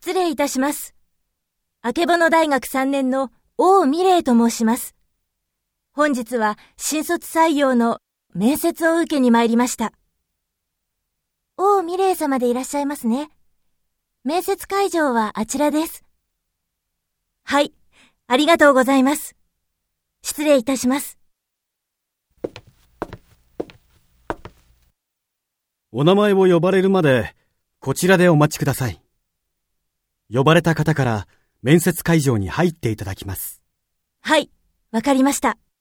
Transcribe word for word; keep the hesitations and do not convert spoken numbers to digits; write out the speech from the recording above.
失礼いたします。あけぼの大学さんねんの王美玲と申します。本日は新卒採用の面接を受けに参りました。王美玲様でいらっしゃいますね。面接会場はあちらです。はい、ありがとうございます。失礼いたします。 お名前を呼ばれるまでこちらでお待ちください。呼ばれた方から面接会場に入っていただきます。 はい、わかりました。